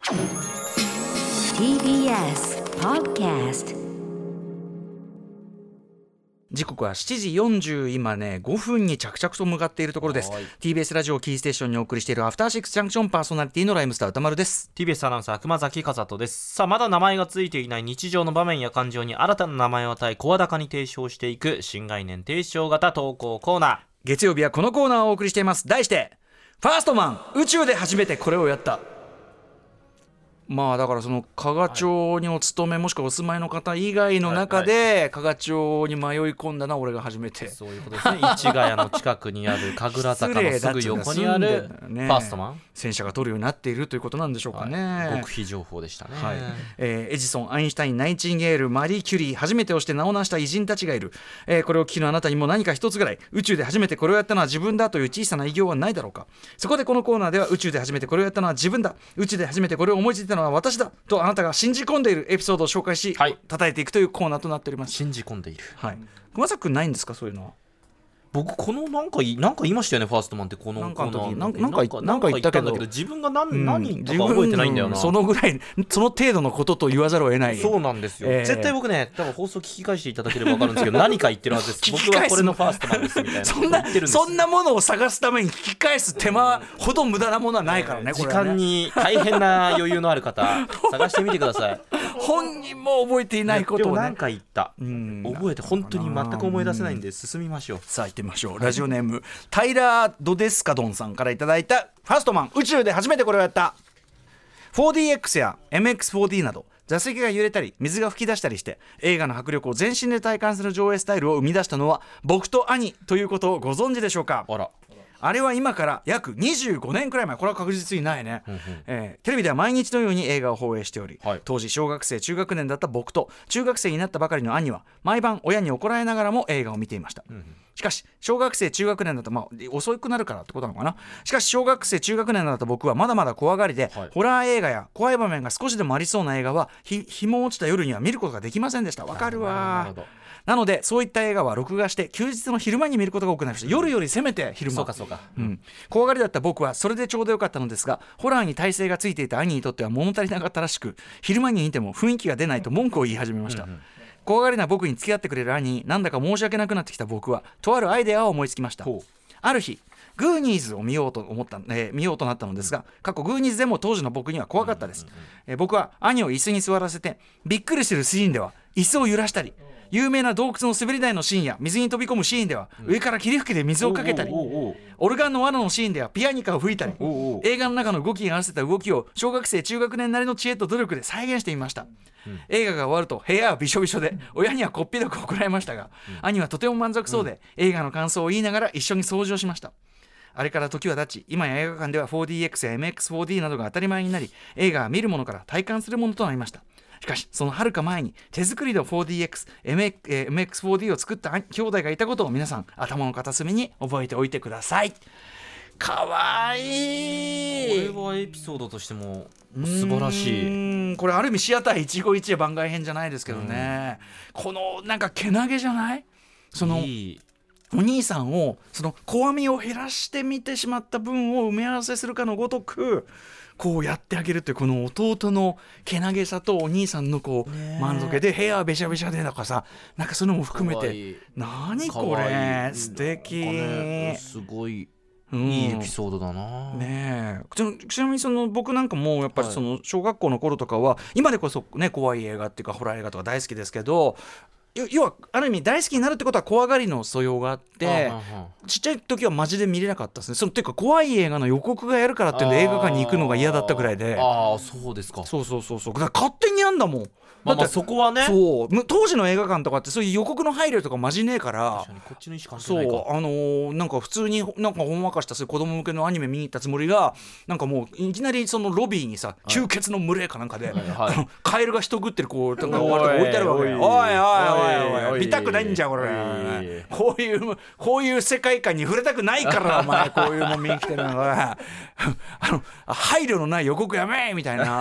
TBS Podcast。 時刻は7時40今ね5分に着々と向かっているところです。 TBS ラジオキーステーションにお送りしているアフターシックスジャンクション、パーソナリティのライムスター歌丸です。 TBS アナウンサー熊崎和人です。さあ、まだ名前がついていない日常の場面や感情に新たな名前を与え声高に提唱していく新概念提唱型投稿コーナー。 月曜日はこのコーナーをお送りしています。題してファーストマン、宇宙で初めてこれをやった。まあだからその加賀町にお勤めもしくはお住まいの方以外の中で加賀町に迷い込んだのは俺が初めて。 そういうことですね。市ヶ谷の近くにある神楽坂のすぐ横にあるファーストマン、 戦車が取るようになっているということなんでしょうかね。 極秘情報でしたね。 エジソン、アインシュタイン、ナイチンゲール、マリー・キュリー、初めてをして名を成した偉人たちがいる。これを聞きのあなたにも何か一つぐらい宇宙で初めてこれをやったのは自分だという小さな偉業はないだろうか。そこでこのコーナーでは宇宙で初めてこれをやったのは自分だ、宇宙で初めてこれを思いついたのは私だとあなたが信じ込んでいるエピソードを紹介し、叩いていくというコーナーとなっております。 信じ込んでいる。 熊崎君ないんですか、そういうのは。 僕このなんか言いましたよね、ファーストマンって。このコーナーなんか言ったけど自分が何とか覚えてないんだよな。 そのぐらいその程度のことと言わざるを得ない。 そうなんですよ、絶対僕ね、多分放送聞き返していただければ分かるんですけど何か言ってるはずです僕はこれのファーストマンですみたいなそんなものを探すために聞き返す手間ほど無駄なものはないからね。 時間に大変な余裕のある方探してみてください。 本人も覚えていないことをね。 でも何か言った覚えて本当に全く思い出せないんで進みましょう。 さあ行ってみましょう。ラジオネームタイラー・ドデスカドンさんからいただいたファーストマン、宇宙で初めてこれをやった。 4DX や MX4D など座席が揺れたり水が噴き出したりして映画の迫力を全身で体感する上映スタイルを生み出したのは僕と兄ということをご存知でしょうか。あれは今から約25年くらい前、これは確実にないね、テレビでは毎日のように映画を放映しており、当時小学生中学年だった僕と中学生になったばかりの兄は毎晩親に怒られながらも映画を見ていました。しかし小学生中学年だと、遅くなるからってことなのかな。しかし小学生中学年だった僕はまだまだ怖がりで、ホラー映画や怖い場面が少しでもありそうな映画は日も落ちた夜には見ることができませんでした。わかるわ。なのでそういった映画は録画して休日の昼間に見ることが多くなりました。夜よりせめて昼間。怖がりだった僕はそれでちょうどよかったのですが、ホラーに耐性がついていた兄にとっては物足りなかったらしく、昼間に見ても雰囲気が出ないと文句を言い始めました。怖がりな僕に付き合ってくれる兄になんだか申し訳なくなってきた僕はとあるアイデアを思いつきました。ある日グーニーズを見ようとなったのですが、過去グーニーズでも当時の僕には怖かったです。僕は兄を椅子に座らせてびっくりするシーンでは椅子を揺らしたり、有名な洞窟の滑り台のシーンや水に飛び込むシーンでは上から霧吹きで水をかけたり、オルガンの罠のシーンではピアニカを吹いたり、映画の中の動きに合わせた動きを小学生中学年なりの知恵と努力で再現してみました。映画が終わると部屋はびしょびしょで親にはこっぴどく怒られましたが、兄はとても満足そうで映画の感想を言いながら一緒に掃除をしました。あれから時は経ち、今や映画館では 4DX や MX4D などが当たり前になり、映画は見るものから体感するものとなりました。しかしそのはるか前に手作りの 4DX、MX4D を作った兄弟がいたことを皆さん頭の片隅に覚えておいてください。かわいい。 これはエピソードとしても素晴らしい。 これある意味シアター一期一会番外編じゃないですけどね、このなんかけなげじゃない。そのお兄さんをその怖みを減らしてみてしまった分を埋め合わせするかのごとくこうやってあげるという、この弟のけなげさとお兄さんのこう満足で部屋はべしゃべしゃでとかさ、なんかそういうのも含めて何これ素敵、 すごいいいエピソードだな、 ちなみにその僕なんかもやっぱりその小学校の頃とかは今でこそね怖い映画っていうかホラー映画とか大好きですけど、要はある意味大好きになるってことは怖がりの素養があって、ちっちゃい時はマジで見れなかったですね。そのっていうか怖い映画の予告がやるからっていうんで映画館に行くのが嫌だったくらいで。 そうですか。 そうだから勝手にやんだもん。 だってそこはね、 そう当時の映画館とかってそういう予告の配慮とかマジねえから、 こっちの意思関係ないか。 なんか普通になんかほんわかしたそういう子供向けのアニメ見に行ったつもりが、なんかもういきなりそのロビーにさ吸血の群れかなんかで、カエルが人食ってるこうなんか置いてあるわけ。おい見たくないんじゃこれ。こういう世界観に触れたくないからお前こういうの見に来てるのが配慮のない予告やめみたいな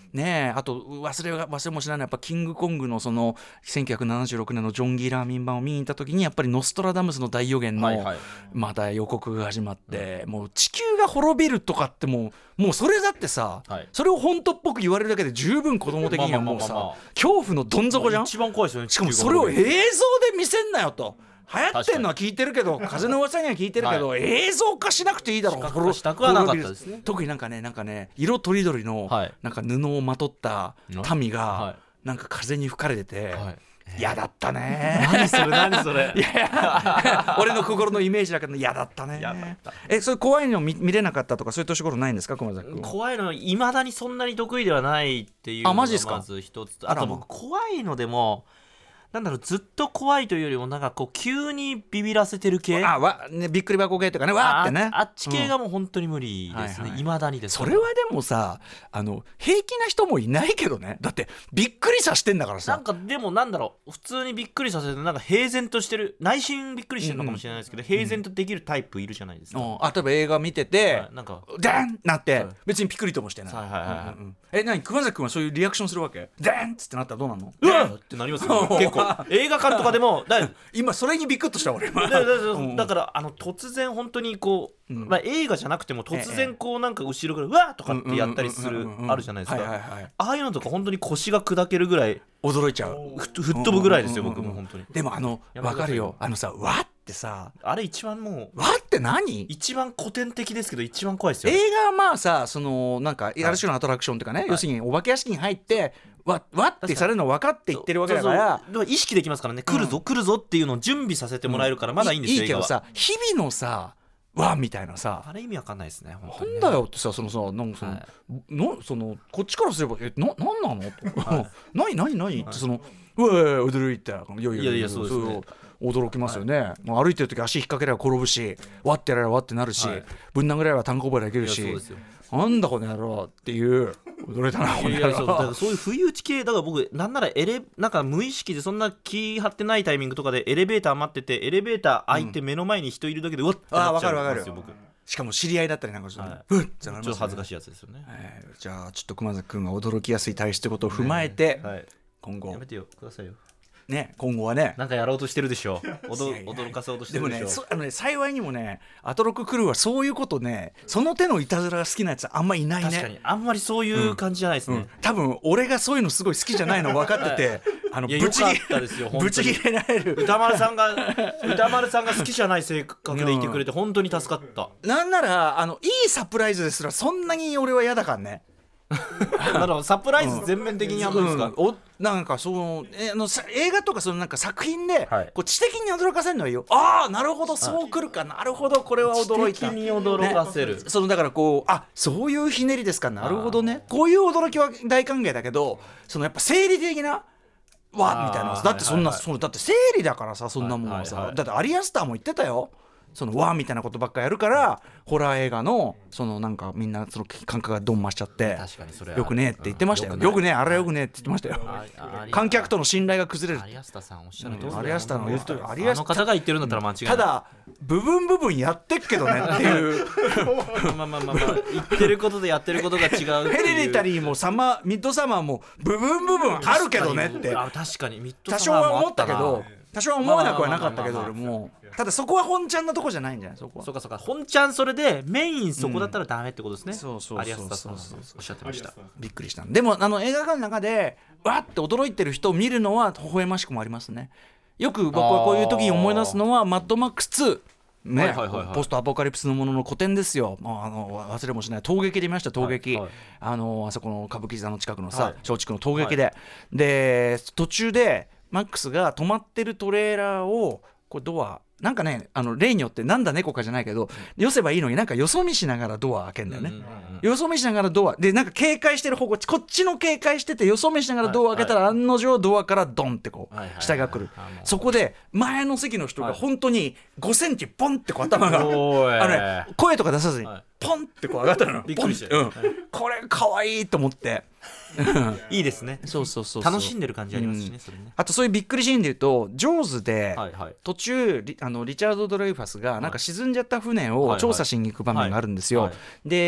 ねえ、あと忘れもしないのはやっぱキングコングのその1976年のジョン・ギラーミン版を見に行った時にやっぱりノストラダムスの大予言のまた予告が始まって、もう地球が滅びるとかってもうそれだってさ、それを本当っぽく言われるだけで十分子供的にはもうさ恐怖のどん底じゃん。 一番怖いですよね。 しかもそれを映像で見せんなよと。流行ってんのは聞いてるけど、風の噂には聞いてるけど、映像化しなくていいだろう。 したくはなかったですね。 特になんかね色とりどりのなんか布をまとった民がなんか風に吹かれてて、嫌だったね。 何それいや俺の心のイメージだけど嫌だったね。それ怖いの 見れなかったとかそういう年頃ないんですか、熊崎君。 怖いのいまだにそんなに得意ではないっていうのがまず一つ。あと僕怖いのでもなんだろう、ずっと怖いというよりもなんかこう急にビビらせてる系、 びっくり箱系とかね、わーってね、 あっち系がもう本当に無理ですね、未だにです。 それはでもさ平気な人もいないけどね。だってびっくりさしてんだからさ。 なんかでもなんだろう、普通にびっくりさせてなんか平然としてる、内心びっくりしてるのかもしれないですけど、平然とできるタイプいるじゃないですか。 例えば映画見てて、 なんかダンなって、別にピクリともしてない。何熊崎君はそういうリアクションするわけ？ダンってなったらどうなの？ うわっってなりますよ結構映画館とかでも今それにビクッとした俺だから突然本当にこう、映画じゃなくても突然こうなんか後ろからうわっとかってやったりするあるじゃないですか。ああいうのとか本当に腰が砕けるぐらい驚いちゃう。 吹っ飛ぶぐらいですよ僕も本当に。 でも分かるよ、さわってさ、 あれ一番もうわって何？ 一番古典的ですけど一番怖いですよ。 映画はまあさ、そのなんかある種のアトラクションとかね、要するにお化け屋敷に入ってわってされるの分かって言ってるわけだから、 そう意識できますからね、来るぞっていうのを準備させてもらえるからまだいいんですよ。 いいけどさ、日々のさわみたいなさ、 あれ意味わかんないですね。 なんだよってさ、なんかそのこっちからすればなんなのと何ってうわ驚いた。いやそうですね、驚きますよね。歩いてる時足引っ掛ければ転ぶし、わってやればわってなるし、ぶん殴れば単行本できるし、なんだこの野郎っていう驚いたな。 そういう不意打ち系だから僕なんならなんか無意識でそんな気張ってないタイミングとかでエレベーター待っててエレベーター開いて目の前に人いるだけでうわってなっちゃうんですよ僕。 しかも知り合いだったりなんかするとちょっと恥ずかしいやつですよね。 じゃあちょっと熊崎君が驚きやすい体質ってことを踏まえて、今後やめてよくださいよね、今後はねなんかやろうとしてるでしょ驚かそうとしてるでしょ。 でもね幸いにもねアトロククルーはそういうことね、その手のいたずらが好きなやつあんまいないね。 確かにあんまりそういう感じじゃないですね。 多分俺がそういうのすごい好きじゃないの分かっててぶち切れられる歌丸さんが好きじゃない性格でいてくれて本当に助かった。 なんならいいサプライズですらそんなに俺は嫌だからね。 サプライズ全面的にやるんですか？ なんか映画とかなんか作品でこう知的に驚かせるのはいいよ。ああなるほどそうくるか、なるほどこれは驚いた。 知的に驚かせる、 だからこうそういうひねりですか、なるほどね、こういう驚きは大歓迎だけど、やっぱ生理的なわみたいな、だってだって生理だからさ、そんなもんはさ、だってアリアスターも言ってたよ。わーみたいなことばっかやるからホラー映画のなんかみんなその感覚がドン増しちゃってよくねえって言ってましたよ。よくねえ、あれよくねえって言ってましたよ。観客との信頼が崩れる。 アリアスタさんおっしゃる通り、 アリアスタの言ってる、 あの方が言ってるんだったら間違いない。 ただ部分やってっけどねっていうまあ言ってることでやってることが違う。 ヘレディタリーもミッドサマーも部分あるけどねって、 確かにミッド多少は思ったけど、多少は思わなくはなかったけど、俺もただそこは本ちゃんのとこじゃないんじゃない？そこはそうか本ちゃんそれでメインそこだったらダメってことですね。アリアスタさんおっしゃってました。 びっくりした。でも映画館の中でわって驚いてる人を見るのは微笑ましくもありますね。よく僕はこういう時に思い出すのはマッドマックス2ね、ポストアポカリプスのものの古典ですよ。忘れもしない陶劇で見ました。陶劇、あそこの歌舞伎座の近くのさ、松竹の陶劇で、で途中でマックスが止まってるトレーラーをこれドアなんかね、例によってなんだ猫かじゃないけどよせばいいのになんかよそ見しながらドア開けんだよね、よそ見しながらドアでなんか警戒してる方向こっちの警戒しててよそ見しながらドア開けたら、案の定ドアからドンってこう下が来る。そこで前の席の人が本当に5センチポンってこう頭が声とか出さずにポンってこう上がったの。 びっくりして、 これかわいいと思っていいですね。 そう楽しんでる感じありますしね、それね。 あとそういうびっくりシーンで言うとジョーズで途中リチャード・ドレイファスがなんか沈んじゃった船を調査しに行く場面があるんですよ。で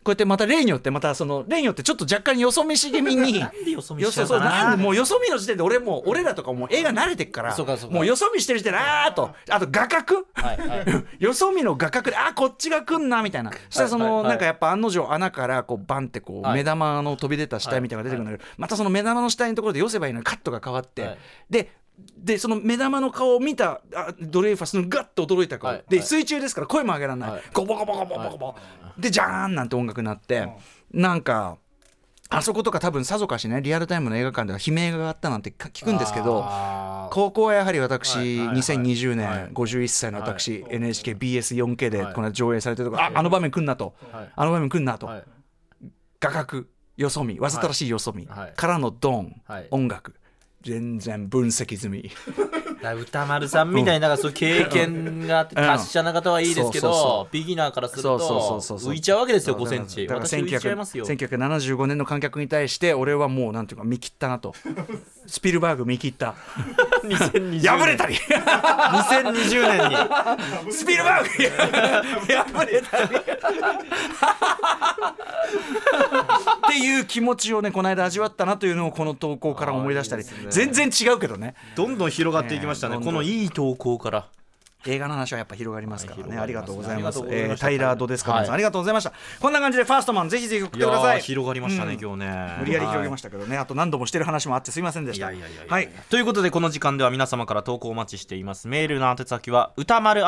こうやってまた例によってちょっと若干よそ見し気味になんでよそ見しちゃうかな。 なんでもうよそ見の時点で俺らとかもう映画慣れてっから、もうよそ見してる時点であと画角、 はいはいよそ見の画角でこっちが来んなみたいな、そしたらなんかやっぱ案の定穴からこうバンってこう目玉の飛び出た死体みたいなのが出てくるんだけど、またその目玉の死体のところで寄せばいいのにカットが変わって、でその目玉の顔を見たドレイファスのガッと驚いた顔、で水中ですから声も上げられない、ゴボゴボゴボゴボ、でジャーンなんて音楽になって、なんかあそことか多分さぞかしねリアルタイムの映画館では悲鳴があったなんて聞くんですけど、高校はやはり私、2020年51歳の私、NHKBS4K でこの上映されてるところ、あの場面来んなと、あの場面来んなと、画角よそ見わざとらしいよそ見、からのドン、音楽全然分析済み歌丸さんみたいなそういう経験があって達者な方はいいですけど、ビギナーからすると浮いちゃうわけですよ。5センチ私浮いちゃいますよ。 1975年の観客に対して俺はもうなんていうか見切ったなとスピルバーグ見切った破れたり 2020年にスピルバーグ破れたりっていう気持ちをねこの間味わったなというのをこの投稿から思い出したり、全然違うけどね、 どんどん広がっていきましたね、このいい投稿から映画の話はやっぱ広がりますからね。ありがとうございます。タイラー・ドデスカマンさん、ありがとうございました。こんな感じでファーストマンぜひぜひ送ってください。 広がりましたね、今日ね。 無理やり広げましたけどね、あと何度もしてる話もあってすいませんでした。 はい、ということでこの時間では皆様から投稿お待ちしています。メールの宛先は歌丸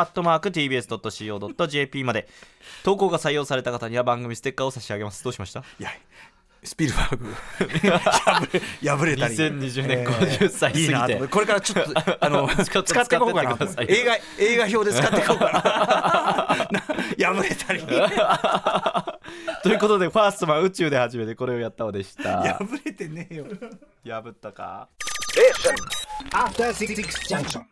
@tbs.co.jp まで。投稿が採用された方には番組ステッカーを差し上げます。どうしました？ いやスピルバーグ破れたり 2020年50歳過ぎて、 いいなとこれからちょっと使っていこうかな映画表で使っていこうかな破れたりということでファーストマン宇宙で初めてこれをやったのでした。 破れてねえよ。 破ったか。 After 66 junction.